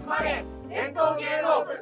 集まれ伝統芸能部。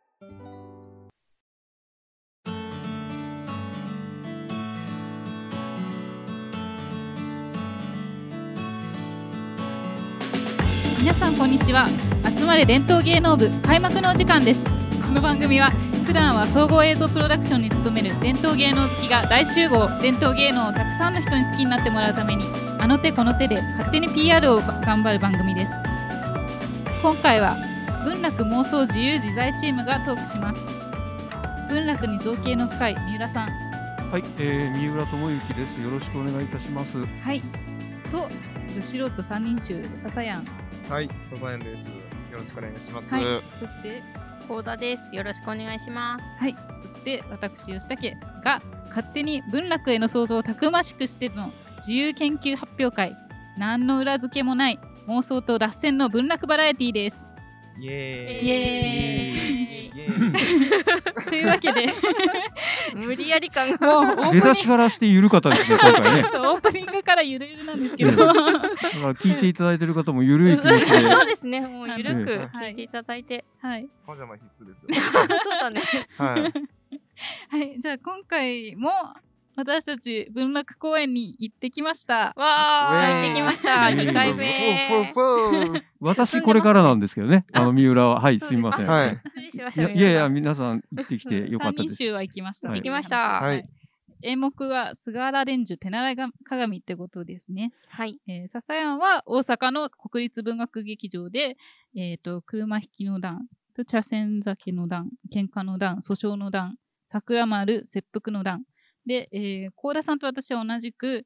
皆さんこんにちは。集まれ伝統芸能部開幕のお時間です。この番組は普段は総合映像プロダクションに勤める伝統芸能好きが大集合、伝統芸能をたくさんの人に好きになってもらうためにあの手この手で勝手に PR を頑張る番組です。今回は文楽妄想自由自在チームがトークします。文楽に造詣の深い三浦さん。 はい、三浦智之です。よろしくお願いいたします。 はい。と女子ロット三人衆笹谷。 はい、笹谷です。よろしくお願いします。 はい、そして高田です。よろしくお願いします。 はい、そして私吉武が勝手に文楽への想像をたくましくしての自由研究発表会、何の裏付けもない妄想と脱線の文楽バラエティです。 イエーイイエーイというわけで無理やり感が出だしからしてゆるかったですね、今回ね。 そう、オープニングからゆるゆるなんですけどだから聞いていただいている方もゆるい気持ちでそうですね、もうゆるく聞いていただいて、 はい、 パジャマ必須ですよ。 そうだね。 はい。 はい、じゃあ今回も私たち文楽公演に行ってきました。 わー、行ってきました。2回目。 私これからなんですけどね、三浦は。はい、すみません。 はい。 失礼しました。 いやいや、皆さん行ってきてよかったです。 三人衆は行きました。 行きました。 はい。 演目は菅原伝授手習い鏡ってことですね。 はい。 笹山は大阪の国立文学劇場で、車引きの段と茶筅酒の段、喧嘩の段、訴訟の段、桜丸切腹の段で、高田さんと私は同じく、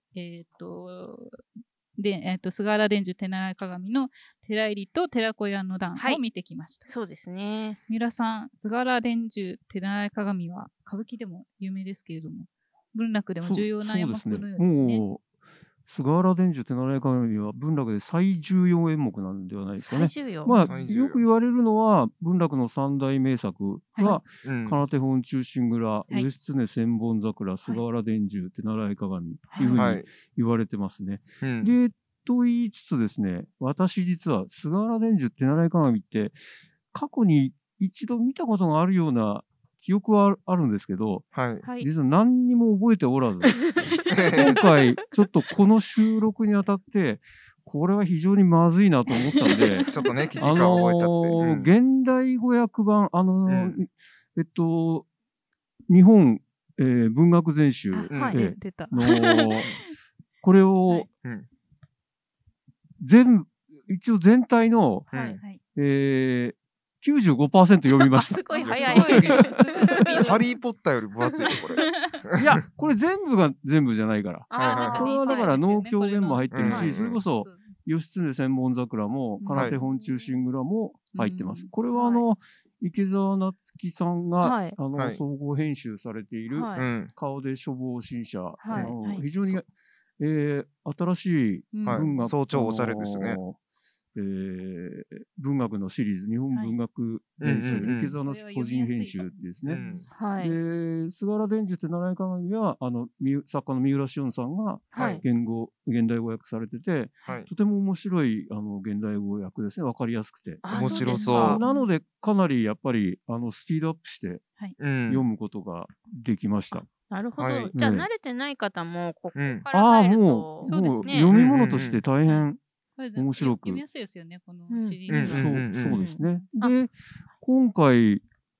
菅原伝授手習い鏡の寺入りと寺子屋の段を見てきました。 そうですね。 三浦さん、菅原伝授手習い鏡は歌舞伎でも有名ですけれども、文楽でも重要な演目のようですね。 もう菅原伝授手習い鏡は文楽で最重要演目なんではないですかね。 最重要。 まあ、よく言われるのは文楽の三大名作は金手本忠臣蔵、義経千本桜、菅原伝授手習い鏡というふうに言われてますね。でと言いつつですね、私実は菅原伝授手習い鏡って過去に一度見たことがあるような記憶はあるんですけど、実は何にも覚えておらず今回ちょっとこの収録にあたってこれは非常にまずいなと思ったんでちょっとね、危機感を覚えちゃって、 現代語訳版日本、文学全集でこれを一応全体の95% 読みました。 すごい早い。 ハリーポッターより分厚いよこれ。 いや、これ全部が全部じゃないから。これはだから能狂言も入ってるし、それこそ義経千本桜も金手本忠臣蔵も入ってます。これは池澤夏樹さんが総合編集されている顔で書房新社、非常に新しい文学、 早朝おしゃれですね。 文学のシリーズ、日本文学全集、池澤夏樹個人編集ですね。菅原伝授手習い鏡は作家の三浦紫音さんが現代語訳されてて、とても面白い現代語訳ですね。わかりやすくて面白そう。 なのでかなりやっぱりスピードアップして読むことができました。 なるほど。じゃあ慣れてない方もここから入ると、 そうですね。読み物として大変面白く読みやすいですよね、このシリーズは。そうですね。で、今回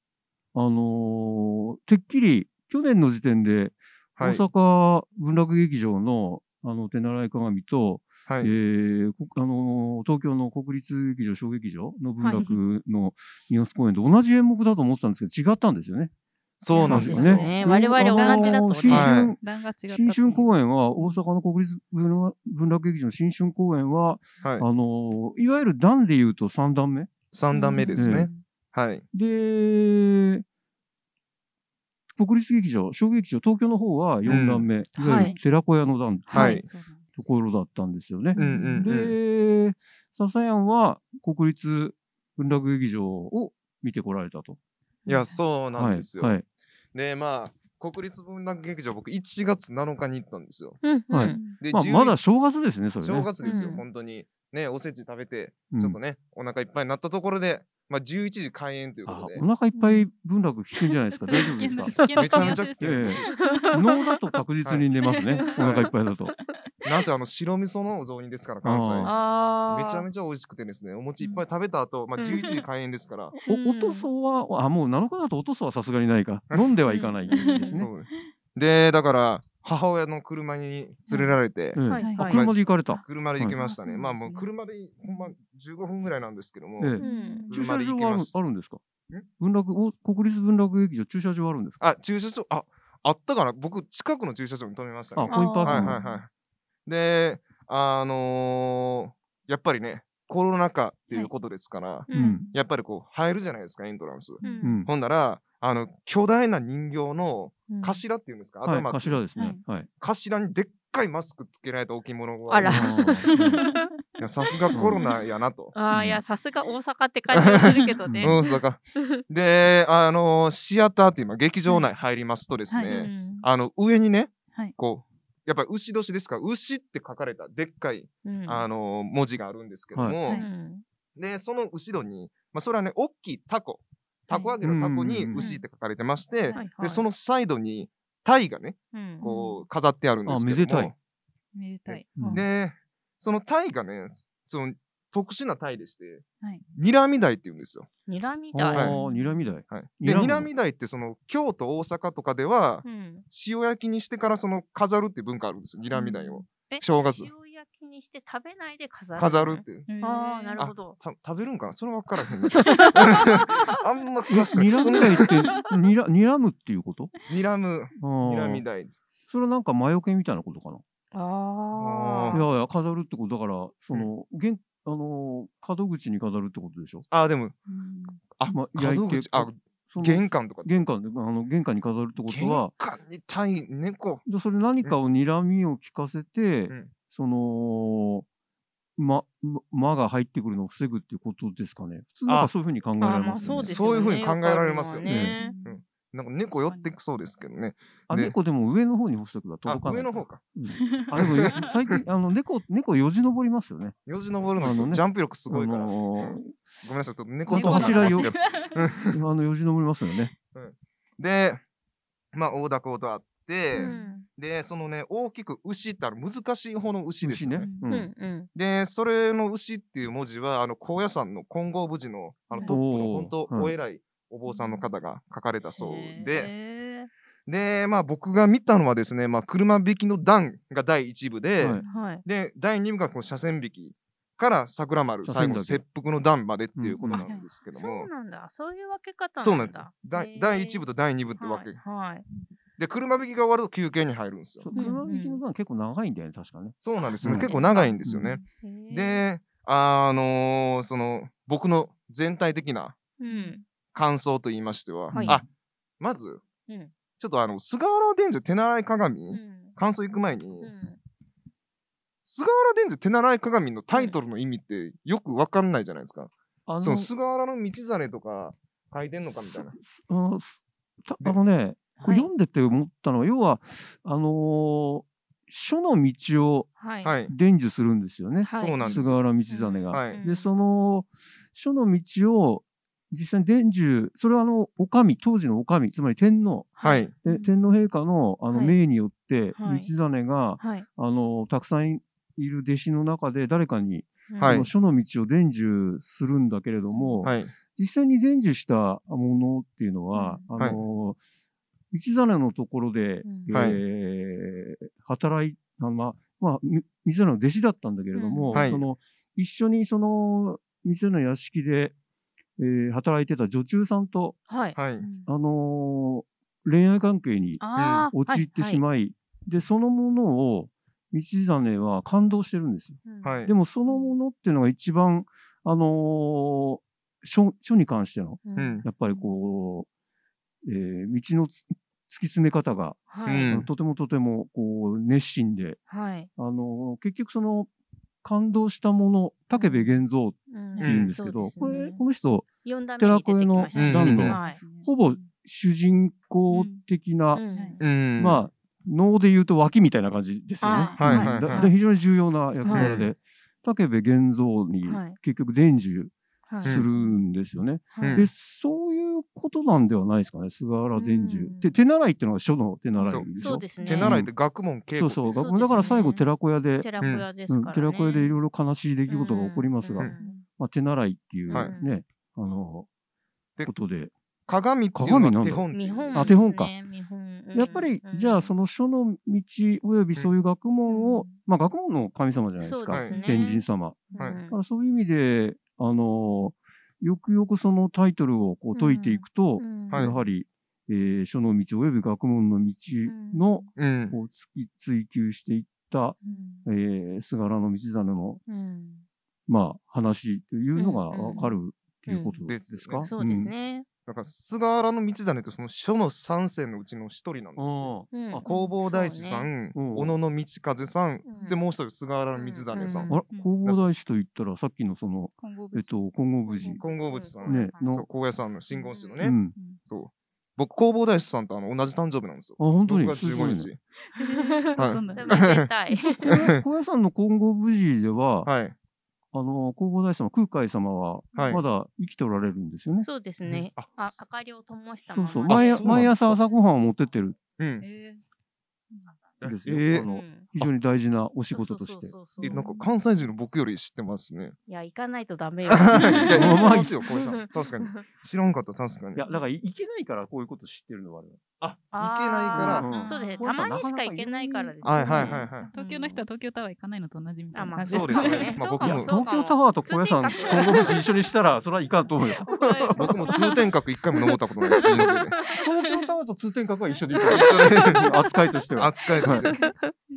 てっきり去年の時点で大阪文楽劇場の手習い鏡と東京の国立劇場小劇場の文楽の2月公演と同じ演目だと思ってたんですけど違ったんですよね。 そうなんですよね。 我々同じだと新春公演は大阪の国立文楽劇場の新春公演は、いわゆる段でいうと3段目。 3段目ですね。はい。 で、国立劇場、小劇場、東京の方は4段目、いわゆる寺子屋の段というところだったんですよね。で、笹谷は国立文楽劇場を見てこられたと。 いや、そうなんですよ。で、まあ、国立文楽劇場、僕1月7日に行ったんですよ。 で、まだ正月ですね、それね。 正月ですよ、本当に。ね、おせち食べて、ちょっとね、お腹いっぱいになったところで、 まあ、11時開演ということで。 お腹いっぱい文楽危険じゃないですか。大丈夫ですか。 めちゃめちゃ危険。 脳だと確実に寝ますね。お腹いっぱいだと。 なんせ白味噌のお雑煮ですから、関西。めちゃめちゃ美味しくてですね、お餅いっぱい食べた後、まあ、11時開演ですから。 おとそは、もう7日だとおとそはさすがにないか。飲んではいかないですね。 で、だから、母親の車に連れられて、 車で行かれた。 車で行きましたね。まあもう車でほんま15分ぐらいなんですけども、 駐車場はあるんですか？国立文楽劇場駐車場あるんですか？ 駐車場、あったかな。僕、近くの駐車場に止めましたね。 コインパーク。 はいはいはい。で、やっぱりね、コロナ禍っていうことですから、やっぱりこう、入るじゃないですか、エントランス。ほんなら、巨大な人形の頭っていうんですか、頭って。 頭ですね。 頭にでっかいマスクつけられた置物があら。さすがコロナやなと。 いや、さすが大阪って感じがするけどね。 大阪。で、シアターっていう劇場内入りますとですね、上にね、こう、やっぱり牛年ですから、牛って書かれたでっかい、文字があるんですけども、で、その後ろに、まあ、それはね、大きいタコ揚げのタコに牛って書かれてまして、で、そのサイドに鯛がね、こう飾ってあるんですけども。 めでたい。 で、その鯛がね、その特殊な鯛でして、睨み鯛って言うんですよ。 睨み鯛。 睨み鯛。 で、睨み鯛ってその京都、大阪とかでは、塩焼きにしてからその飾るっていう文化あるんですよ、睨み鯛を。正月。 塩焼きにして食べないで飾る。 飾るっていう。 なるほど。 食べるんかな、それ分からへん。あんま詳しくない。 睨み鯛って睨むっていうこと？ 睨み鯛。 それはなんか魔除けみたいなことかな。いやいや、飾るってことだから、その門口に飾るってことでしょ。 でも、門口、玄関とか。 玄関に飾るってことは、 玄関に鯛、猫。 それ何かを睨みを聞かせて、その間が入ってくるのを防ぐっていうことですかね。普通なんかそういうふうに考えられますよね。 そういうふうに考えられますよね。なんか猫寄ってきそうですけどね。 猫でも上の方に干しとけば届かない。 上の方か。 でも最近猫よじ登りますよね。 よじ登るのジャンプ力すごいから。ごめんなさい、ちょっと猫と柱よじ登りますよね。 で、まあ大凧とあって、でそのね大きく牛って難しい方の牛ですね。でそれの牛っていう文字は高野山の金剛無寺のトップの本当お偉いお坊さんの方が書かれたそうで、まあ僕が見たのはですね、まあ車引きの段が第1部で、で第2部がこの車線引きから桜丸最後の切腹の段までっていうことなんですけども、 そうなんだ、そういう分け方なんだ。 そうなんです。第1部と第2部って分け。で車引きが終わると休憩に入るんですよ。 車引きの段結構長いんだよね、確かね。 そうなんですね、結構長いんですよね。でその僕の全体的な感想と言いましては、まず、ちょっと菅原伝授手習い鏡、感想行く前に、菅原伝授手習い鏡のタイトルの意味ってよく分かんないじゃないですか。その菅原道真とか書いてんのかみたいな。 読んでて思ったのは、要は書の道を伝授するんですよね、菅原道真が。でその書の道を実際に伝授、それは当時のお上、つまり天皇、天皇陛下の命によって、道真がたくさんいる弟子の中で誰かに書の道を伝授するんだけれども、実際に伝授したものっていうのは、道真のところで働いた、道真の弟子だったんだけれども、一緒にその道真の屋敷で働いてた女中さんと、恋愛関係に陥ってしまい、でそのものを道真は感動してるんですよ。でもそのものっていうのが一番書に関しての、やっぱりこう、道の突き詰め方が、とてもこう熱心で、結局その感動したもの、武部源蔵っていうんですけど、この人、寺子屋の段のほぼ主人公的な、まあ能で言うと脇みたいな感じですよね。非常に重要な役柄で、武部源蔵に結局伝授するんですよね。で、そういうことなんではないですかね、菅原伝授。で、手習いっていうのが書の手習いでしょ。 そうですね。 手習いって学問稽古。 そうそう。だから最後寺子屋で、 寺子屋ですからね。 寺子屋でいろいろ悲しい出来事が起こりますが、まあ手習いっていうね、ことで。 鏡っていうのは手本。 あ、手本か。やっぱり、じゃあその書の道およびそういう学問を、まあ学問の神様じゃないですか、天神様。だからそういう意味で、よくよくそのタイトルをこう解いていくと、やはり、書の道および学問の道の、こう追求していった、菅原道真の、まあ話というのがわかるっていうことですか。 そうですね。 だから菅原道真ってその書の三世のうちの一人なんですね。弘法大師さん、小野道風さん、でもう一人菅原道真さん。 弘法大師と言ったらさっきのその金剛無寺。 金剛仏さんねの高野山の真言宗のね。そう。僕弘法大師さんと同じ誕生日なんですよ。 あ、本当に。 僕が15日。 高野山の金剛無寺では。弘法大師様、空海様はまだ生きておられるんですよね。 そうですね。明かりを灯したまま。そうそう。毎朝朝ごはんを持ってってる。ですよ。非常に大事なお仕事として。 なんか関西人の僕より知ってますね。 いや、行かないとダメよ。 いや、行ってますよ、小江さん。確かに。知らんかった、確かに。 いや、だから行けないからこういうこと知ってるのはある。 あ、行けないから。 そうですね。たまにしか行けないからですね。 はいはいはい。 東京の人は東京タワー行かないのと同じみたいな感じですかね。 僕も東京タワーと小屋さん、今後一緒にしたら、それはいかんと思うよ。 僕も通天閣一回も登ったことないです。 東京タワーと通天閣は一緒でいいから。扱いとしては。 扱いとして。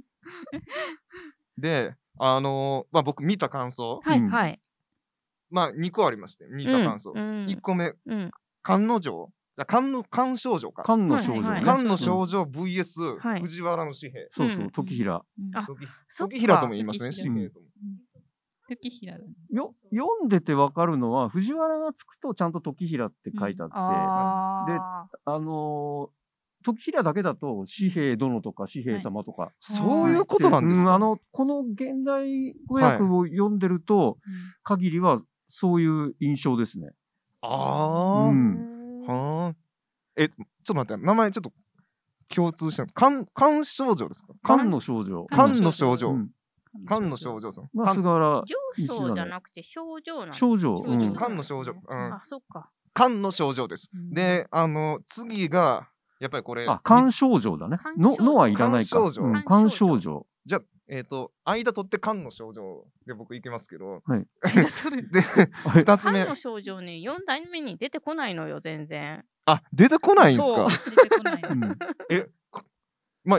で、まあ僕見た感想。 はい。 まあ2個ありまして、見た感想。1個目、菅野城。菅少女か。 菅野少女。 菅野少女 VS 藤原の紙幣。 そうそう、時平。 時平とも言いますね、紙幣とも。 時平。 読んでてわかるのは、藤原がつくとちゃんと時平って書いてあって、で、時平だけだと紙幣殿とか紙幣様とか。 そういうことなんですか。 この現代語訳を読んでると、限りはそういう印象ですね。 ああ。はあ。ちょっと待って、名前ちょっと共通した。菅少女ですか。 菅野少女。 菅野少女。菅野少女さん。 菅原。 上少じゃなくて少女なんです。 少女。 菅野少女。 あ、そっか。 菅野少女です。で、次が、やっぱりこれ。 菅少女だね。のはいらないか。菅少女。 じゃあ、間取って菅野少女で僕行きますけど。 はい。 で、2つ目。 菅野少女ね、4代目に出てこないのよ、全然。 あ、出てこないんですか。 出てこないです。 まあ、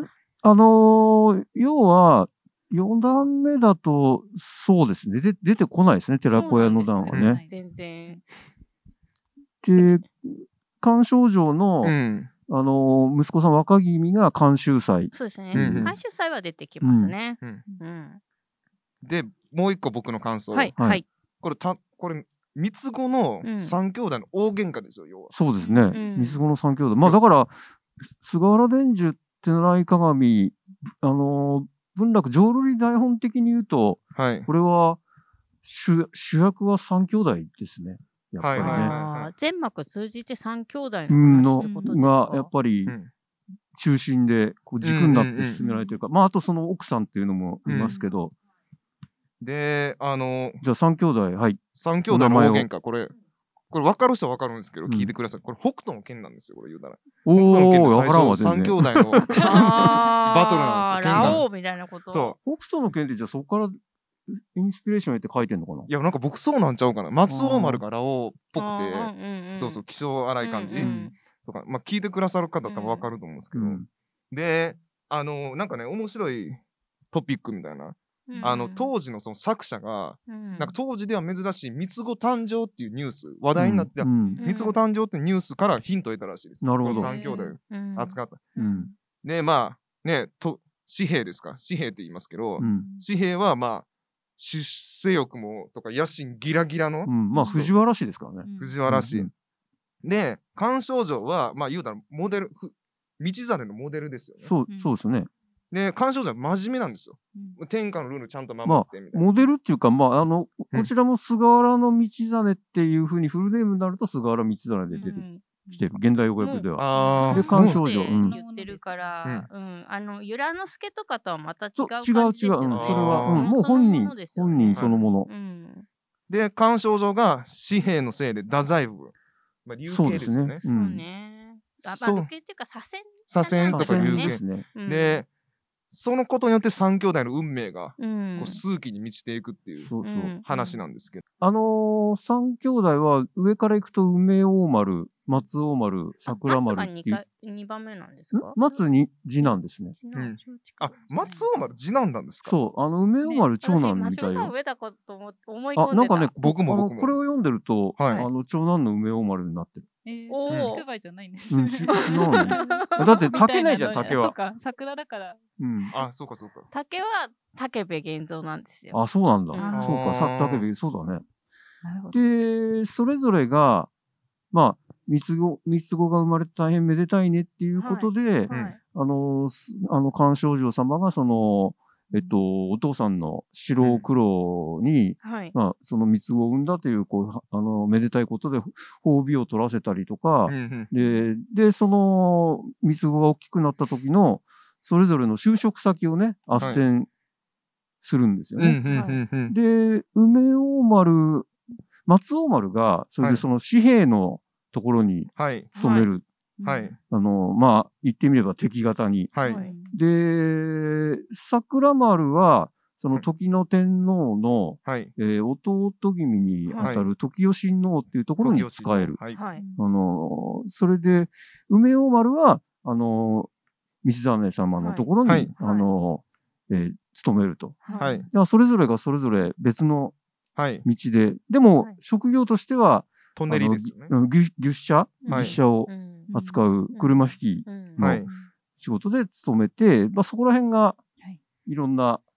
要は、4段目だと、そうですね。出てこないですね、寺子屋の段はね。 全然。 で、菅少女の、息子さん若君が監修祭。 そうですね。監修祭は出てきますね。 で、もう一個僕の感想。 はい。 これ、三つ子の三兄弟の大喧嘩ですよ、要は。 そうですね。三つ子の三兄弟。まあだから、菅原伝授手習い鏡、文楽浄瑠璃台本的に言うと、これは主役は三兄弟ですね。やっぱりね。 全幕通じて三兄弟の話ってことですか。 がやっぱり中心で軸になって進められてるか。まああとその奥さんっていうのもいますけど。 で、 じゃあ三兄弟、はい。 三兄弟の大喧嘩、これ分かる人は分かるんですけど、聞いてください。これ北斗の拳なんですよ、これ言うたら。北斗の拳で最初三兄弟のバトルなんですよ。 ラオウみたいなこと。 そう。北斗の拳ってじゃあそこからインスピレーションを得て書いてんのかな。 いや、なんか僕そうなんちゃうかな。松尾丸がラオウっぽくて、そうそう、気性荒い感じとか、まあ聞いてくださる方多分分かると思うんですけど。で、なんかね、面白いトピックみたいな。当時のその作者が、なんか当時では珍しい三つ子誕生っていうニュース、話題になって、三つ子誕生っていうニュースからヒントを得たらしいです。 なるほど。 三兄弟扱った。で、まあ、ね、紙幣ですか。紙幣って言いますけど、紙幣はまあ、出世欲もとか野心ギラギラの。 まあ、藤原氏ですからね。 藤原氏。で、菅少女は、まあ言うたらモデル、道真のモデルですよね。 そうですね。 で、菅丞相は真面目なんですよ。天下のルールちゃんと守ってみたいな。 モデルっていうか、こちらも菅原道真っていうふうにフルネームになると菅原道真で出てきてる。現代語訳では。で、菅丞相。 言ってるから、由良之助とかとはまた違う感じですよね。 それは、もう本人そのもの。 で、菅丞相が紙幣のせいで太宰府。流刑ですよね。 そうね。流刑っていうか左遷とか流刑。で、そのことによって三兄弟の運命が数奇に満ちていくっていう話なんですけど。三兄弟は上から行くと梅大丸、松大丸、桜丸っていう。 松が2番目なんですか？ 松に次男ですね。 松大丸次男なんですか？ そう、梅大丸長男みたいよ。 松が上だこと思い込んでた。 なんかね、 僕もこれを読んでると、長男の梅大丸になってる。 松竹梅じゃないんです。 だって竹ないじゃん、竹は。 そうか、桜だから。 そうかそうか。 竹は武部源蔵なんですよ。 そうなんだ。そうか、武部、そうだね。で、それぞれが、三つ子が生まれて大変めでたいねっていうことで、菅丞相様がお父さんの四郎九郎に、その三つ子を産んだという、めでたいことで褒美を取らせたりとか、で、その三つ子が大きくなった時の、それぞれの就職先をね、斡旋するんですよね。で、松大丸が、それでその紙幣のところに勤める。言ってみれば敵方に。で、桜丸は、その時の天皇の、弟君にあたる時吉親王っていうところに仕える。それで、梅大丸は、道真様のところに、勤めると。それぞれがそれぞれ別の道で、でも、職業としては、 トンネルですよね。 牛車を扱う車引きの仕事で勤めて、そこら辺がいろんな、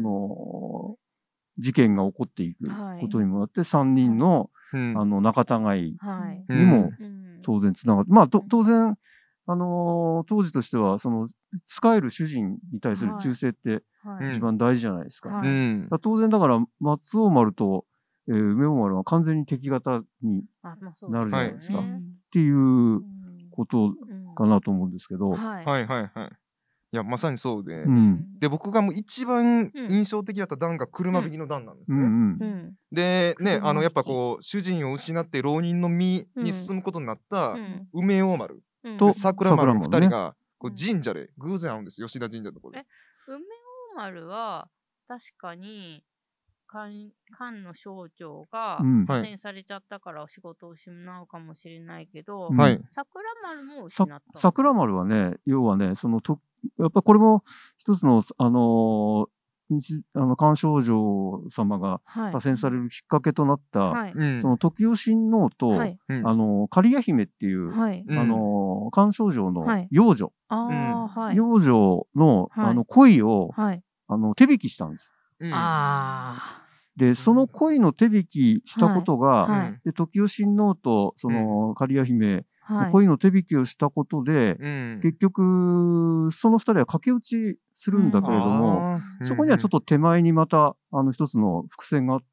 事件が起こっていくことにもなって、3人の、仲違いにも当然つながって、当然、当時としては、仕える主人に対する忠誠って一番大事じゃないですか。当然だから、松大丸と梅大丸は完全に敵方になるじゃないですか。っていうことかなと思うんですけど。 いや、まさにそうで。で、僕がもう一番印象的だった段が車引きの段なんですね。で、ね、やっぱ主人を失って浪人の身に進むことになった梅大丸と桜丸の2人が神社で偶然会うんですよ、吉田神社のところで。 梅大丸は確かに、菅の省庁が左遷されちゃったから仕事を失うかもしれないけど、桜丸も失った。 桜丸はね、要はね、やっぱりこれも一つの、菅丞相様が左遷されるきっかけとなった、その時吉親王と、刈谷姫っていう、菅丞相の養女、養女の、恋を、手引きしたんです。で、その恋の手引きしたことが、で時吉親王とその刈谷姫の恋の手引きをしたことで、結局その二人は駆け落ちするんだけれども、そこにはちょっと手前にまた一つの伏線があって、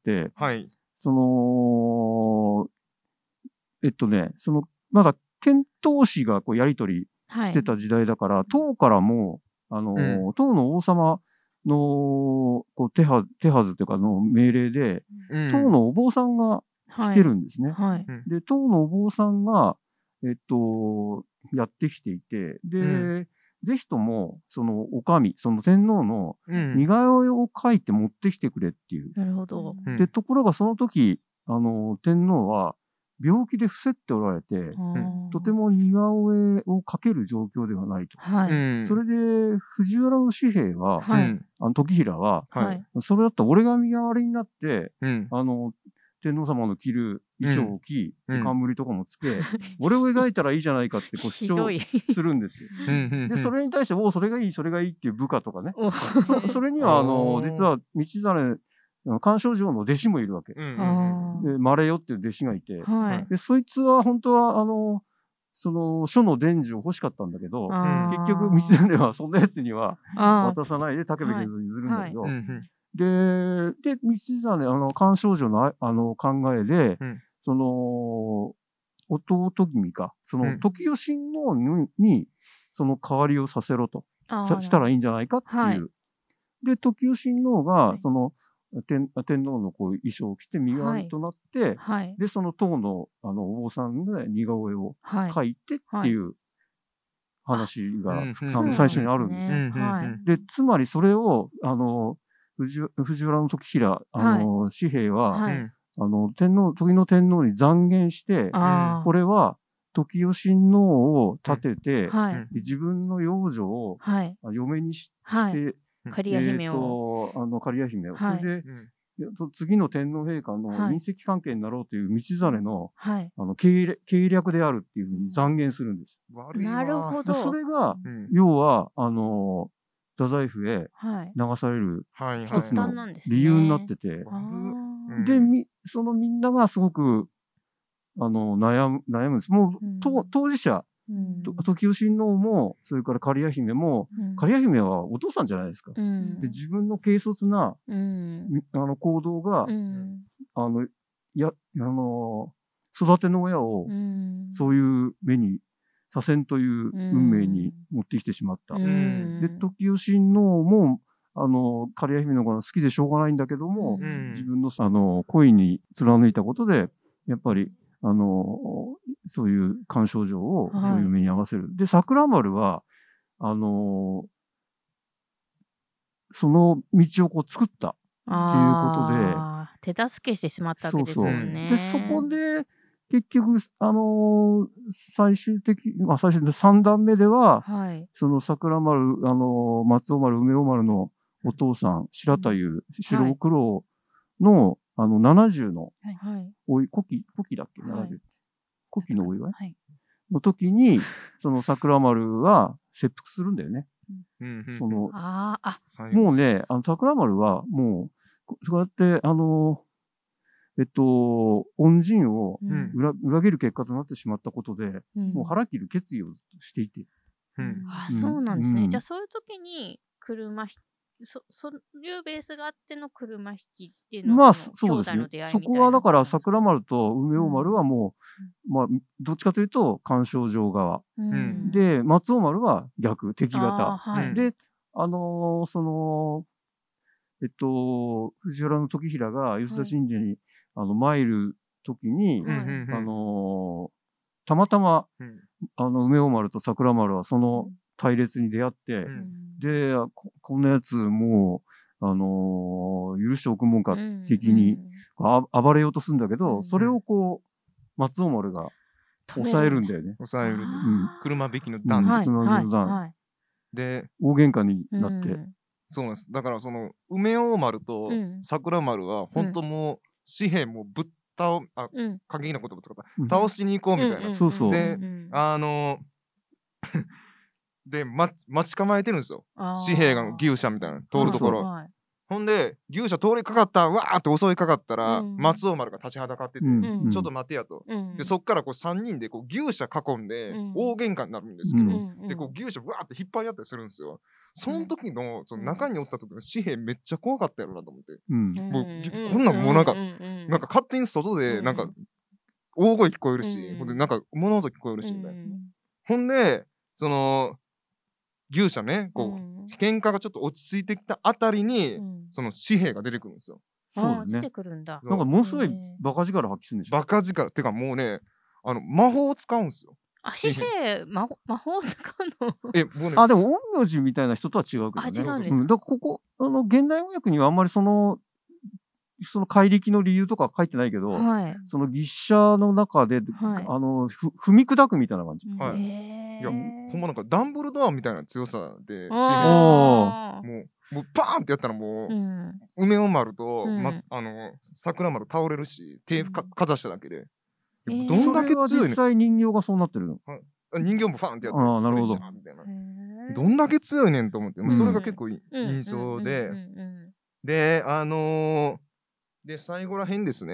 まだ遣唐使がやり取りしてた時代だから、唐からも唐の王様の手はずというか命令で、唐のお坊さんが来てるんですね。で、唐のお坊さんが、やってきていて、で、ぜひとも、その天皇の似顔絵を描いて持ってきてくれっていう。 なるほど。 で、ところがその時、天皇は病気で伏せっておられて、とても似顔絵を描ける状況ではないと。それで、藤原の紙幣は、時平は、それだったら俺が身代わりになって、天皇様の着る衣装を着、冠とかもつけ、俺を描いたらいいじゃないかって主張するんですよ。で、それに対して、それがいい、それがいいっていう部下とかね。それには、実は道真、菅丞相の弟子もいるわけ。で、マレヨっていう弟子がいて、で、そいつは本当は、 その書の伝授を欲しかったんだけど、結局道真はそんなやつには渡さないで武部家に譲るんだけど、で、道真、菅丞相の考えで、その、弟君か、その、時吉親王に、その代わりをさせろと、したらいいんじゃないかっていう。で、時吉親王が、その、天皇のこう衣装を着て身代わりとなって、で、その唐の、お坊さんで似顔絵を描いてっていう話が、最初にあるんですよ。で、つまりそれを、藤原時平、紙幣は、時の天皇に讒言して、これは、時吉親王を立てて、自分の養女を嫁にして、 刈谷姫を。 刈谷姫を。それで、次の天皇陛下の姻戚関係になろうという道真の、計略であるっていうふうに讒言するんです。 なるほど。 それが、要は、太宰府へ流される一つの理由になってて、で、そのみんながすごく、悩むんです。もう、当事者、時吉親王も、それから刈谷姫も、刈谷姫はお父さんじゃないですか。で、自分の軽率な、行動が、育ての親を、そういう目にさせんという運命に持ってきてしまった。で、時吉親王も、刈谷姫のことが好きでしょうがないんだけども、自分の恋に貫いたことで、やっぱり、そういう菅丞相をそういう目に遭わせる。で、桜丸は、その道をこう作ったっていうことで。手助けしてしまったわけですもんね。 で、そこで、結局、最終的に3段目では、その桜丸、松尾丸、梅尾丸のお父さん、白太夫、白九郎の、70の、古希だっけ ?70。古希のお祝いの時に、その桜丸は切腹するんだよね。もうね、桜丸はもう、そうやって、恩人を裏切る結果となってしまったことで、もう腹切る決意をしていて。 そうなんですね。じゃあそういう時にそういうベースがあっての車引きっていうのは、 そうですね。そこはだから桜丸と梅尾丸はもう、どっちかというと菅丞相側。で、松尾丸は逆、敵方。で、藤原の時平が吉田信二に、参る時に、たまたま、梅尾丸と桜丸はその隊列に出会って、で、こんなやつもう、許しておくもんか、的に、暴れようとするんだけど、それをこう、松尾丸が抑えるんだよね。 抑える。車引きの段です。 車引きの段。で、大喧嘩になって。 そうなんです。だから、梅尾丸と桜丸は、本当もう、紙幣もぶっ過激な言葉使った。倒しに行こうみたいな。 そうそう。 で、で、待ち構えてるんですよ。紙幣が牛車みたいな、通るところ。ほんで、牛車通りかかった、わーって襲いかかったら、松尾丸が立ちはだかってて、ちょっと待てやと。で、そっから3人で牛車囲んで、大喧嘩になるんですけど、で、牛車わーって引っ張り合ったりするんですよ。その時の、中におった時の紙幣めっちゃ怖かったやろなと思って。もう、こんなんもうなんか勝手に外で、大声聞こえるし、ほんで、物音聞こえるし、みたいな。ほんで、牛舎ね、喧嘩がちょっと落ち着いてきたあたりに、その紙幣が出てくるんですよ。 そうだね。 出てくるんだ。 ものすごいバカ力発揮するんでしょ。 バカ力。てかもうね、魔法を使うんですよ。 紙幣、魔法を使うのでも、陰陽師みたいな人とは違うけどね。 違うんですか。 だからここ、現代語訳にはあんまりその怪力の理由とか書いてないけど、その牛車の中で、踏み砕くみたいな感じ。 いや、ほんまダンブルドアみたいな強さで、もうパーンってやったらもう、梅尾丸と、桜丸倒れるし、手かざしただけで。 どんだけ強いね。実際人形がそうなってるの？ 人形もファンってやって、 なるほど。 どんだけ強いねんと思って、それが結構印象で、で、最後らへんですね、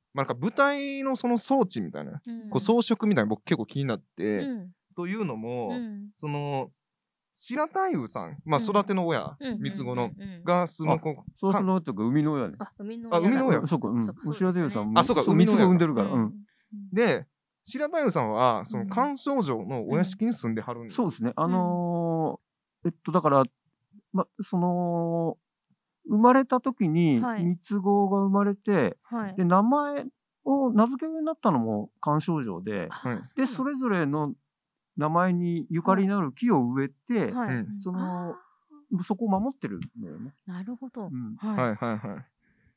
なんか舞台のその装置みたいな、こう装飾みたいな僕結構気になって、というのも、その白太夫さん、育ての親、三つ子のが住む子、 育ての親とか生みの親ね。 生みの親。 そうか、白太夫さんも。そうか、生みの親産んでるから。 で、白太夫さんはその菅丞相のお屋敷に住んではるんです。 そうですね。だからその生まれた時に三つ子が生まれて、で名前を名付け親になったのも菅丞相で、でそれぞれの名前にゆかりのある木を植えて、そこを守ってるんだよね。 なるほど。 はいはいはい。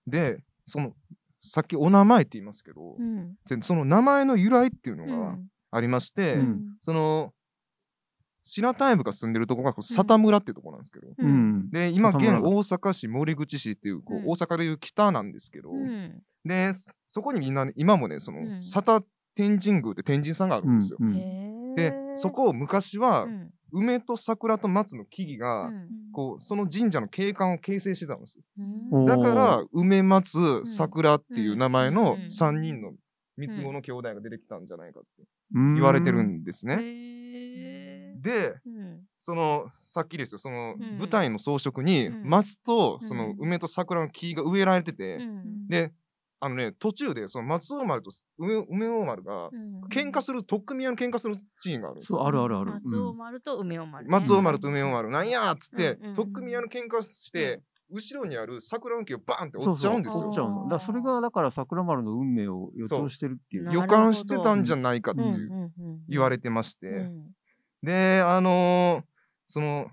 で、さっきお名前って言いますけど、その名前の由来っていうのがありまして、その白太夫が住んでるところが佐田村っていうところなんですけど、で今現大阪市守口市っていう大阪でいう北なんですけど、でそこにみんな今もねその佐田天神宮って天神さんがあるんですよ。でそこを昔は梅と桜と松の木々がこうその神社の景観を形成してたんです。だから梅松桜っていう名前の3人の三つ子の兄弟が出てきたんじゃないかって言われてるんですね。で、そのさっきですよ、その舞台の装飾に松とその梅と桜の木が植えられてて、で途中でその松王丸と梅王丸が喧嘩する、取っ組み合いの喧嘩するシーンがあるんですよ。 あるあるある。 松王丸と梅王丸。 松王丸と梅王丸、なんやっつって、取っ組み合いの喧嘩して、後ろにある桜の木をバーンって折っちゃうんですよ。 それがだから桜丸の運命を予兆してるっていう。 予感してたんじゃないかっていう言われてまして。で、その、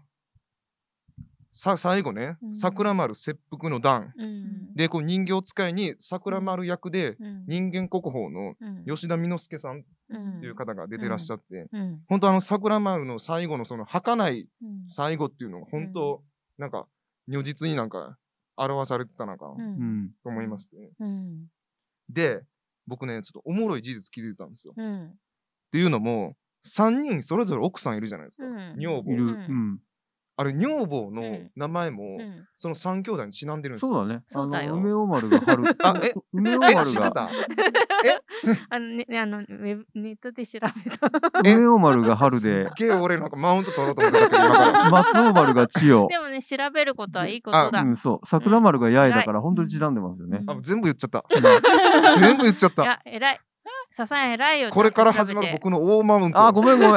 最後ね、桜丸切腹の段、でこう人形使いに桜丸役で人間国宝の吉田簑助さんっていう方が出てらっしゃって、本当桜丸の最後のその儚い最後っていうのが本当なんか如実になんか表されてたのかと思いまして、で僕ねちょっとおもろい事実気づいたんですよ。っていうのも3人それぞれ奥さんいるじゃないですか、女房いる。あれ女房の名前もその3兄弟にちなんでるんですよ。 そうだね。 そうだよ。 梅王丸が春。 梅王丸が知ってた？ ネットで調べた。 梅王丸が春で。すっげえ俺なんかマウント取ろうと思ったけど今から。 松王丸が千代。 でもね調べることはいいことだ。 そう。桜丸が八重だから本当にちなんでますよね。 全部言っちゃった。全部言っちゃった。 いや偉い。笹谷偉いよ。 これから始まる僕の大マウント。 ごめん。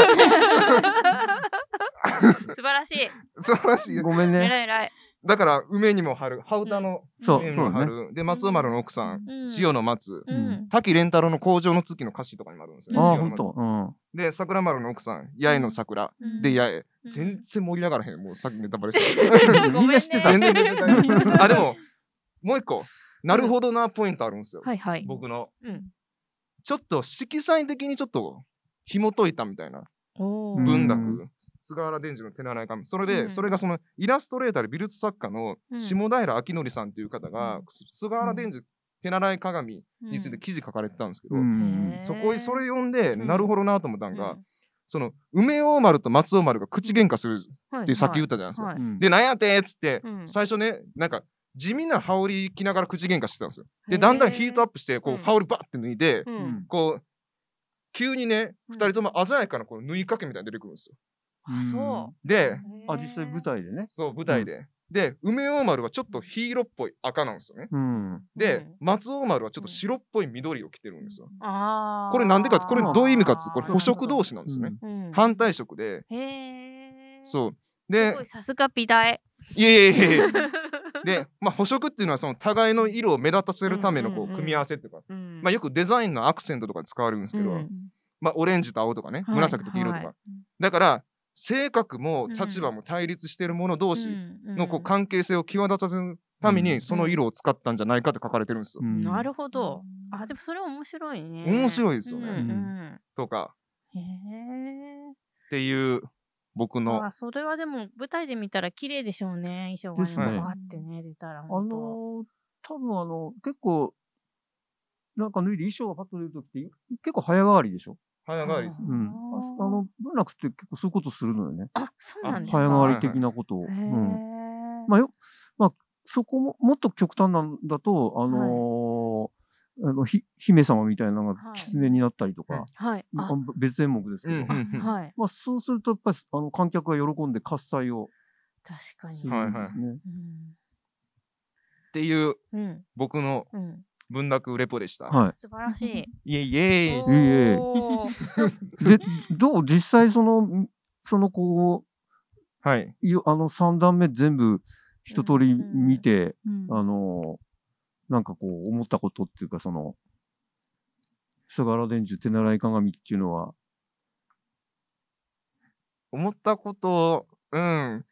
素晴らしい。 素晴らしい。 ごめんね。 偉い。 だから梅にも春、羽歌の梅にも春、で松尾丸の奥さん、千代の松、滝蓮太郎の工場の月の歌詞とかにもあるんですよ。 本当。 で桜丸の奥さん、八重の桜で八重、全然盛り上がらへん。もうさっきネタバレして。 みんな知ってた。 でももう一個なるほどなポイントあるんですよ。僕のちょっと色彩的にちょっと紐解いたみたいな文学。菅原伝授の手習い紙。それがそのイラストレーターで美術作家の下平明則さんっていう方が、菅原伝授手習い鏡について記事書かれてたんですけど、それ読んで、なるほどなと思ったのが、その梅王丸と松王丸が口喧嘩するってさっき言ったじゃないですか。で、なんやってっつって、最初ね、なんか地味な羽織着ながら口喧嘩してたんですよ。で、だんだんヒートアップして、こう羽織バッて脱いで、こう、急にね、2人とも鮮やかなこの縫いかけみたいに出てくるんですよ。 そう。 で、 実際舞台でね。 そう、舞台で。で、梅王丸はちょっと黄色っぽい赤なんですよね。で、松王丸はちょっと白っぽい緑を着てるんですよ。これなんでかって、これどういう意味かって、これ補色同士なんですね。反対色で。そう。で、 さすが美大。 いや。で、補色っていうのはその互いの色を目立たせるためのこう組み合わせっていうか、よくデザインのアクセントとか使われるんですけど、オレンジと青とかね、紫と黄色とか。だから、性格も立場も対立している者同士のこう関係性を際立たせるためにその色を使ったんじゃないかって書かれてるんですよ。 なるほど。でもそれ面白いね。 面白いですよね。とか。っていう僕の。 それはでも舞台で見たら綺麗でしょうね。衣装がね、バーってね出たら。 多分結構なんか脱いで衣装がパッと出るときって結構早変わりでしょ。 早変わりです。 文楽って結構そういうことするのよね。 そうなんですか。 早変わり的なことを。そこもっと極端なんだと姫様みたいなのが狐になったりとか、別演目ですけど、まあそうするとやっぱり観客が喜んで喝采をするんですね。 っていう僕の文楽レポでした。 素晴らしい。 イエイイエイ。 で、どう実際そのこう、3段目全部一通り見て、なんかこう思ったことっていうか、菅原伝授手習い鏡っていうのは。 思ったこと、全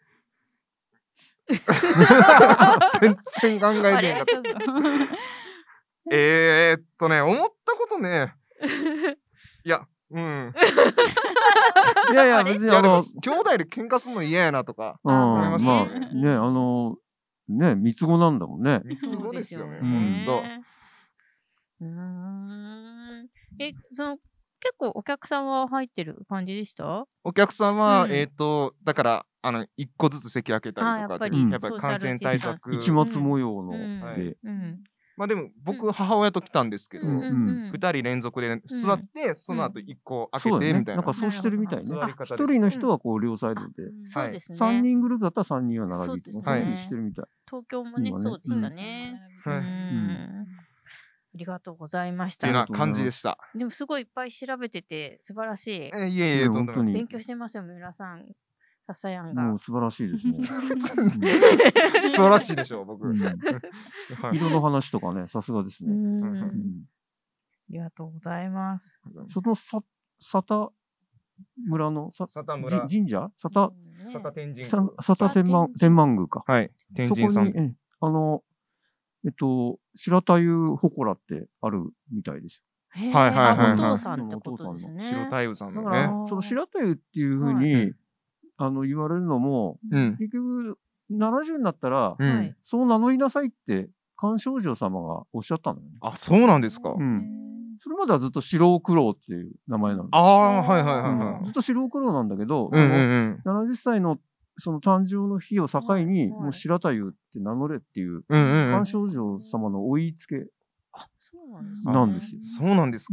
然考えてなかった。思ったことね。いや、 いやいや、別に兄弟で喧嘩するの嫌やなとか思いますよね。三つ子なんだもんね。 三つ子ですよね。本当。 結構お客さんは入ってる感じでした？ お客さんは、だから、一個ずつ席開けたりとかで、やっぱり感染対策。 市松模様ので。 まあでも、僕、母親と来たんですけど、2人連続で座って、その後1個開けて、みたいな。 なんかそうしてるみたいね。1人の人はこう両サイドで。 そうですね。 3人グループだったら3人は並びって。そういうふうにしてるみたい。 東京もね、そうでしたね。ありがとうございました。 っていうような感じでした。 でもすごいいっぱい調べてて素晴らしい。 いえいえ、 本当に。 勉強してますよ、皆さん。ささやんが。 もう素晴らしいですね。 素晴らしいでしょう、僕。 色の話とかね、さすがですね。 ありがとうございます。 その佐田村の神社？佐田天満宮か。 はい。天神さん。 白太夫祠ってあるみたいですよ。お父さんってことですね。 白太夫さんのね。 だから、その白太夫っていうふうに、言われるのも、結局、70になったら、そう名乗りなさいって、菅丞相様がおっしゃったのね。 あ、そうなんですか。 それまではずっと四郎九郎っていう名前なの。ずっと四郎九郎なんだけど、70歳のその誕生の日を境に、もう白太夫って名乗れっていう、菅丞相様のお言いつけなんですよ。 そうなんですか。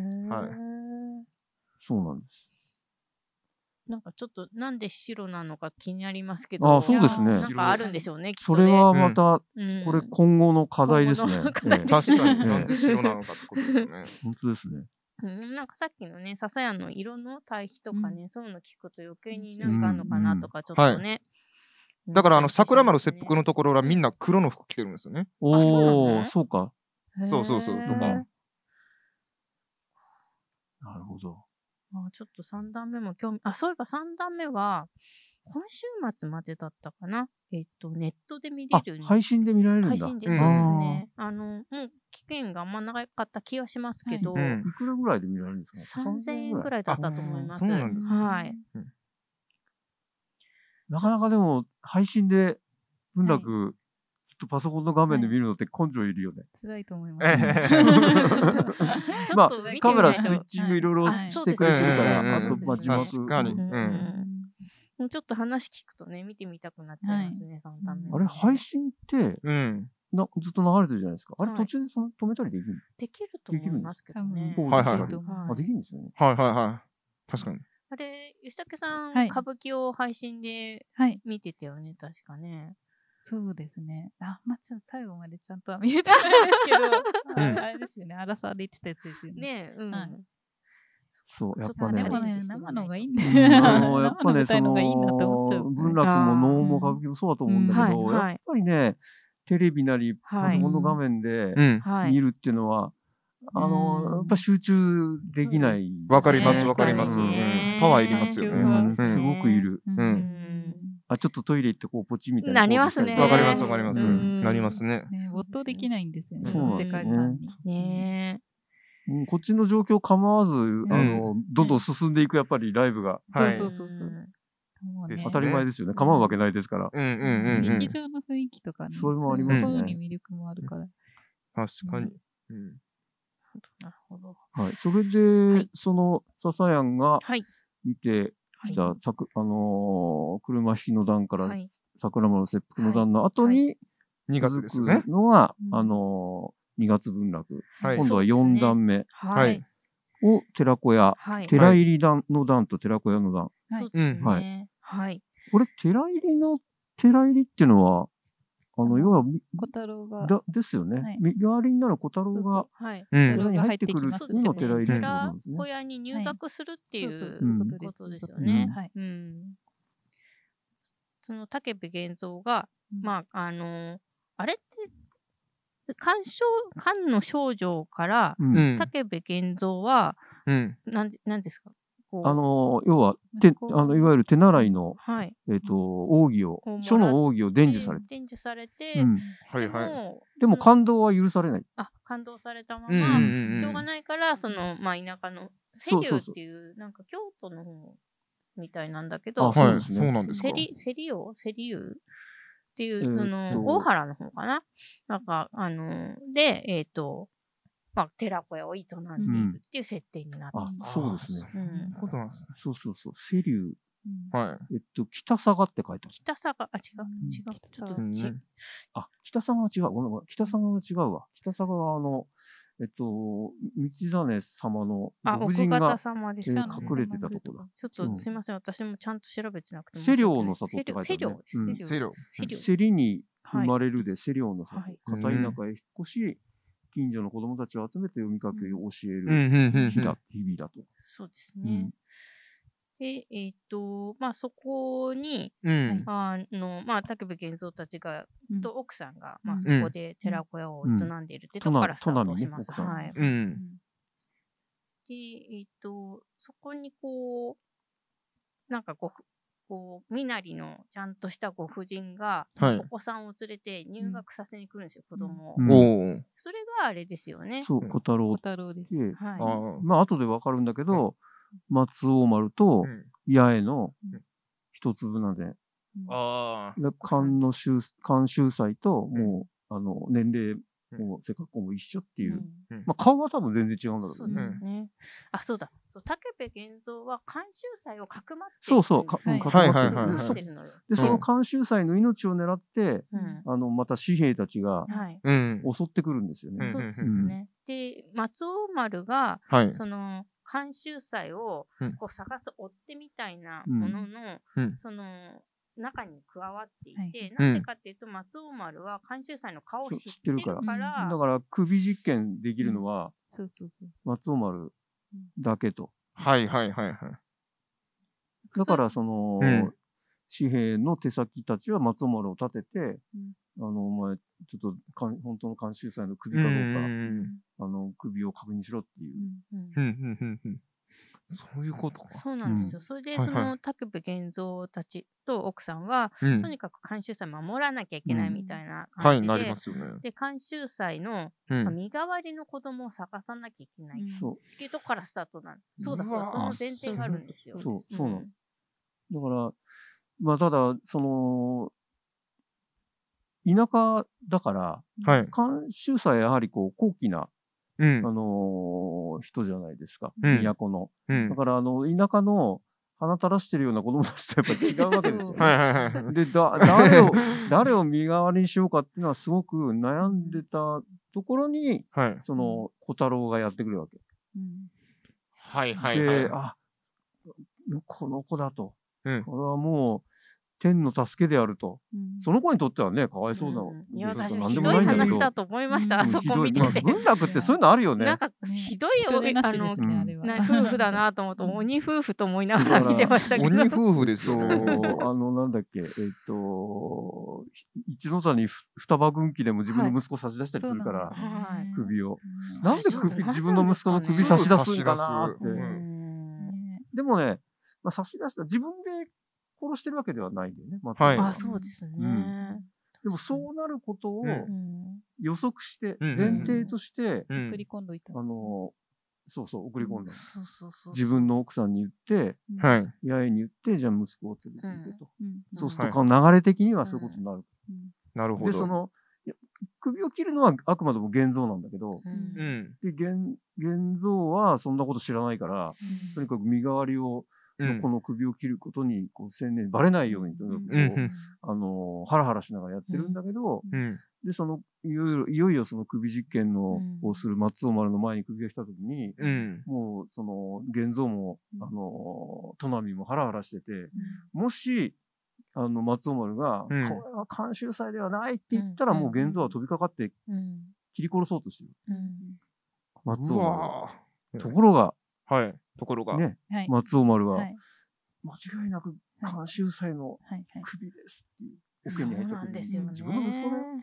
そうなんです。 なんかちょっとなんで白なのか気になりますけど、 そうですね。 なんかあるんでしょうね。 それはまた、これ今後の課題ですね。 確かに。なんで白なのかってことですよね。 本当ですね。 なんかさっきのね、笹屋の色の対比とかね、そういうの聞くと余計になんかあるのかなとか、ちょっとね。 だから桜丸切腹のところはみんな黒の服着てるんですよね。 そうか。 そうとか。なるほど。 ちょっと3段目も興味、そういえば3段目は、今週末までだったかな。ネットで見れるんです。 配信で見られるんだ。 配信でそうですね。もう期限があんまなかった気がしますけど。 いくらぐらいで見られるんですか ？3000円ぐらいだったと思います。 そうなんですね。 はい。 なかなかでも、配信で文楽、ちょっとパソコンの画面で見るのって根性いるよね。 辛いと思います。 まあ、カメラスイッチングいろいろしてくれてるから、あと、まあ、字幕。 確かに。 もうちょっと話聞くとね、見てみたくなっちゃいますね、3段目。 あれ、配信って、ずっと流れてるじゃないですか。あれ、途中で止めたりできる？ できると思いますけどね。 できるんですよね。 確かに。 あれ、吉武さん、歌舞伎を配信で見てたよね、確かね。 そうですね。ちょっと最後までちゃんとは見えてないですけど、あれですよね。荒沢で言ってたやつですよね。 そう、やっぱね。 生のがいいんだよ。 やっぱね、文楽も能も歌舞伎もそうだと思うんだけど、やっぱりね、テレビなり、パソコンの画面で見るっていうのは、やっぱ集中できない。 わかります。パワーいりますよね。 すごくいる。ちょっとトイレ行ってこうポチみたいな。 なりますね。 わかります。なりますね。 没頭できないんですよね。 そう世界観に。 ね。 こっちの状況構わず、どんどん進んでいくやっぱりライブが。 そう。 当たり前ですよね。構うわけないですから。 劇場の雰囲気とかね。 それもありますね。 そういうに魅力もあるから。 確かに。 なるほど。 はい。それで、その、笹谷が見てきた、車引きの段から桜丸切腹の段の後に、 2月ですよね。 のが、 2月文楽、 はい、 今度は4段目を寺子屋、寺入り段の段と寺子屋の段。 そうですね。はい。 これ寺入りっていうのは要は小太郎がですよね。身代わりになる小太郎が寺に入ってくるの寺入りってことなんですね。 寺子屋に入学するっていうことですよね。その武部源蔵がまああれって漢の少女から武部源蔵は何ですか。 要はいわゆる手習いの奥義を書の奥義を伝授されて、でも感動は許されない。 感動されたまましょうがないからそのまあ田舎の瀬流っていうなんか京都の方みたいなんだけど、 そうですね。 セリ湯っていうその大原の方かな。なんかでまあ、寺子屋を営んでいるっていう設定になってます。 そうですね。そう。瀬流。 はい。 北佐賀って書いてある。 北佐賀、違う。ちょっと北佐賀は違う。ごめん。北佐賀は違うわ。北佐賀は道真様のご婦人が隠れてたところだ。 ちょっとすみません。私もちゃんと調べてなくて。 瀬領の里って書いてある。瀬里に生まれるで瀬領の里。片田舎へ引っ越し、近所の子供たちを集めて読み書きを教える日々だと。 そうですね。で、まあ、そこに、まあ、武部源蔵たちが、と奥さんが、まあ、そこで寺子屋を営んでいるってとこからスタートします。はい。で、そこにこう、なんか身なりのちゃんとしたご婦人が、お子さんを連れて入学させに来るんですよ、子供を。それがあれですよね。 そう、小太郎です。 まあ、後でわかるんだけど、松王丸と八重の一粒なんで、漢秀才ともう年齢も背格好も一緒っていう、まあ顔は多分全然違うんだろうね。 そうですね。そうだ。武部源蔵は漢秀才をかくまってそう、かくまってる。で、その漢秀才の命を狙って、また紙幣たちが襲ってくるんですよね。 そうですね。で、松王丸が、その漢秀才をこう探す追っ手みたいなものの、その中に加わっていて、なんでかっていうと松王丸は漢秀才の顔を知ってるから、 だから首実験できるのは松王丸だけと。だからその紙幣の手先たちは松尾丸を立てて、お前ちょっと本当の監修祭の首かどうか、首を確認しろっていう。 そういうことか。 そうなんですよ。それでその武部源蔵たちと奥さんは、とにかく監修祭守らなきゃいけないみたいな感じで、で監修祭の身代わりの子供を探さなきゃいけないっていうとこからスタートなんです。そうだ、その前提があるんですよ。 そうなの。だからまあただその田舎だから、監修祭やはりこう高貴な人じゃないですか、都の。だから田舎の鼻垂らしてるような子供たちとやっぱり違うわけですよね。で、誰を身代わりにしようかっていうのはすごく悩んでたところに、その小太郎がやってくるわけ。で、この子だと。これはもう天の助けであると、その子にとってはね、かわいそうな。 いや、私もひどい話だと思いました、あそこ見てて。 文楽ってそういうのあるよね。 なんか、ひどい夫婦だなと思って、鬼夫婦と思いながら見てましたけど。 鬼夫婦ですよ。 なんだっけ、一ノ谷双葉軍記でも自分の息子差し出したりするから、首を。なんで自分の息子の首差し出すんかなって。でもね、差し出した自分で殺してるわけではないんだよね。 そうですね。 でもそうなることを予測して、前提として、 送り込んどいた。 送り込んだ。自分の奥さんに言って、八重に言って、じゃあ息子を連れて行けと。そうすると流れ的にはそういうことになる。 なるほど。 で、その首を切るのはあくまでも源蔵なんだけど、で源蔵はそんなこと知らないから、とにかく身代わりをこの首を切ることにこう青年バレないようにとハラハラしながらやってるんだけど、 で、いよいよその首実験をする松尾丸の前に首が来たときに、もう、玄三も、砺波もハラハラしてて、もし、松尾丸が、これは監修祭ではないって言ったら、もう玄三は飛びかかって、切り殺そうとしてる。松尾丸。ところが、ね、松尾丸は、間違いなく監修祭の首ですっていう。 そうなんですよね。 自分の息子だよ。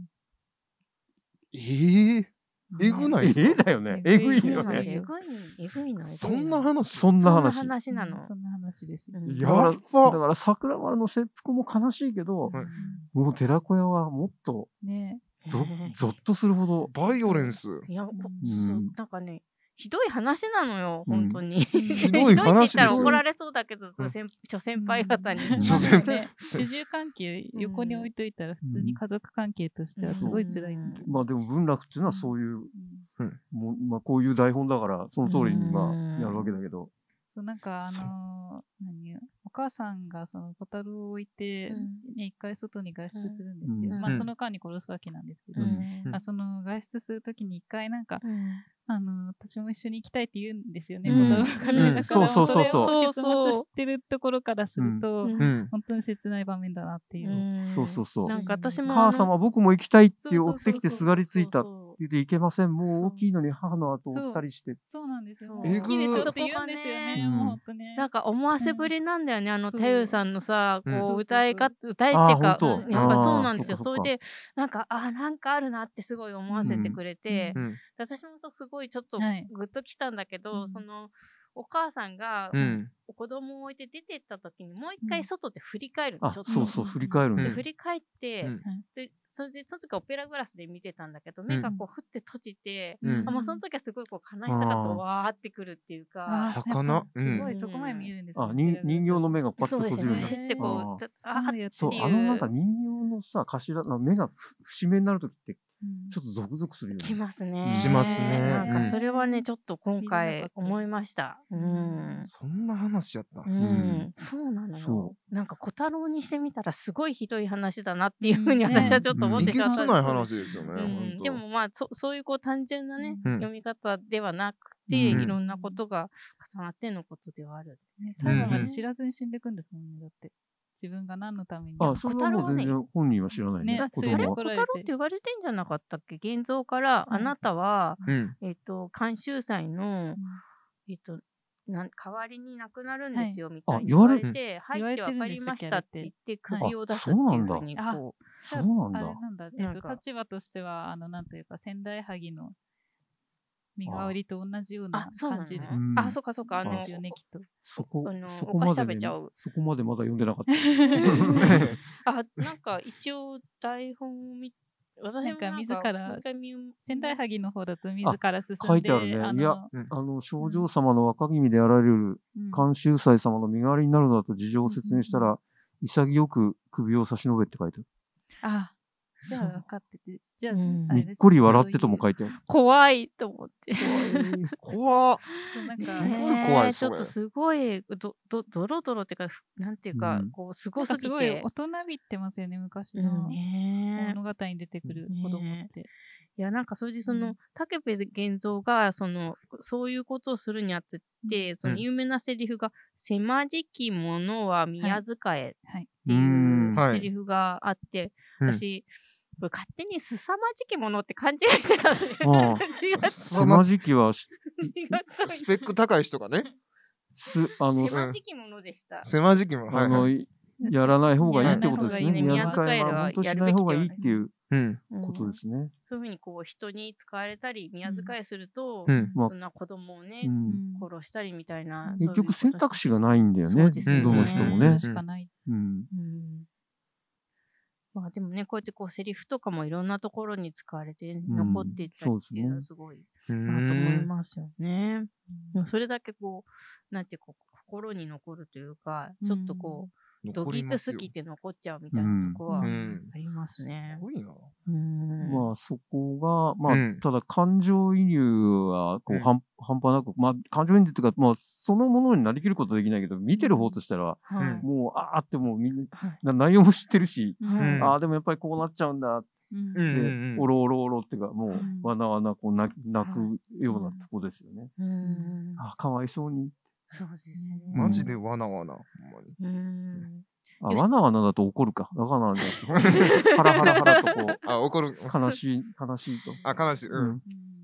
えぐないですか？ だよね。えぐいよね。 えぐいの。 そんな話？ そんな話なの。 そんな話です。 だから桜丸の切腹も悲しいけど、もう寺子屋はもっとゾッとするほどバイオレンス。 いや、なんかね。ひどい話なのよ、本当に。 ひどい話ですよ。 怒られそうだけど、諸先輩方に。 主従関係横に置いといたら普通に家族関係としてはすごい辛い。 まあでも文楽っていうのはそういう、まあこういう台本だからその通りにやるわけだけど。 そうなんかお母さんがその小太郎を置いて、ね、一回外に外出するんですけど、まあその間に殺すわけなんですけど、まあその外出するときに一回なんか、私も一緒に行きたいって言うんですよね、小太郎がね。だからそれを結末知ってるところからすると、本当に切ない場面だなっていう。 なんか私も母様僕も行きたいって追ってきてすがりついた。言っていけません。もう大きいのに母の後を追ったりして。 そうなんですよ。 えぐいって言うんですよね。もうなんか思わせぶりなんだよね。太夫さんのさ、こう歌いっていうか、やっぱりそうなんですよ。それで、なんか、なんかあるなってすごい思わせてくれて、私もすごいちょっとグッときたんだけど、お母さんが子供を置いて出てった時にもう一回外で振り返るの。 そう振り返るんで振り返ってでそれでその時はオペラグラスで見てたんだけど、目がこうふって閉じて、まあその時はすごいこう悲しさがこうわーってくるっていうか、 すごいそこまで見えるんですね。人形の目がパッと閉じるんだ。 そうってこうそうなんか人形のさ頭の目が節目になる時ってちょっとゾクゾクするよね。 きますね。 しますね。 なんかそれはねちょっと今回思いました。 そんな話やったんですね。そうなのよ。なんか小太郎にしてみたらすごいひどい話だなっていうふうに私はちょっと思ってしまった。 いけつない話ですよね。 でもまあそういうこう単純なね読み方ではなくて、いろんなことが重なってのことではあるんですね。 最後まで知らずに死んでいくんですもんね、だって。自分が何のために。 それはもう全然本人は知らないね。 小太郎って言われてんじゃなかったっけ？玄三からあなたは、監修祭の、代わりになくなるんですよ、みたいに言われて、はいってわかりましたって言って首を出すっていうふうにこう。 そうなんだ。 立場としては、なんというか、仙台萩の身代わりと同じような感じで。 そうか。 そこまでまだ読んでなかった。 なんか一応台本を見て、私も自ら仙台萩の方だと自ら進んで書いてあるね。いや、丞相様の若君であられる監修祭様の身代わりになるのだと事情を説明したら、潔く首を差し伸べって書いてある。 じゃあ分かってて、じゃあ、 にっこり笑ってとも書いてある。 怖いと思って。 怖っ。 なんか、すごい怖い。ちょっとすごい、ドロドロっていうか、なんていうか、こう、すごすぎて。すごい大人びってますよね、昔の物語に出てくる子供って。 いや、なんか、それで、武部玄三が、そういうことをするにあたって、その有名なセリフが、せまじきものは宮塚へっていうセリフがあって、私、これ勝手にすさまじきものって勘違いしてたのね。 すさまじきはスペック高い人がね。 せまじきものでした。 せまじきもの。 やらない方がいいってことですね。宮塚へは本当しない方がいいっていうことですね。 そういうふうにこう人に使われたり宮塚へすると、そんな子供をね、殺したりみたいな。 結局選択肢がないんだよね。どの人もね。 まあでもね、こうやってこうセリフとかもいろんなところに使われて残っていったりっていうのはすごいなと思いますよね。それだけこう、なんていうか心に残るというか、ちょっとこう、どぎつすぎて残っちゃうみたいなとこはありますね。 すごいな。 まあそこが、まあただ感情移入はこう半端なく、まあ感情移入っていうか、まあそのものになりきることできないけど、見てる方としたら、もうってもうみんな内容も知ってるし、でもやっぱりこうなっちゃうんだ。 で、おろおろおろってか、もう、わなわな、こう、泣くようなとこですよね。あ、かわいそうに。 そうですね。 マジでわなわな、ほんまに。わなわなだと怒るか。だからハラハラハラとこう。 怒る。 悲しいと。 悲しい。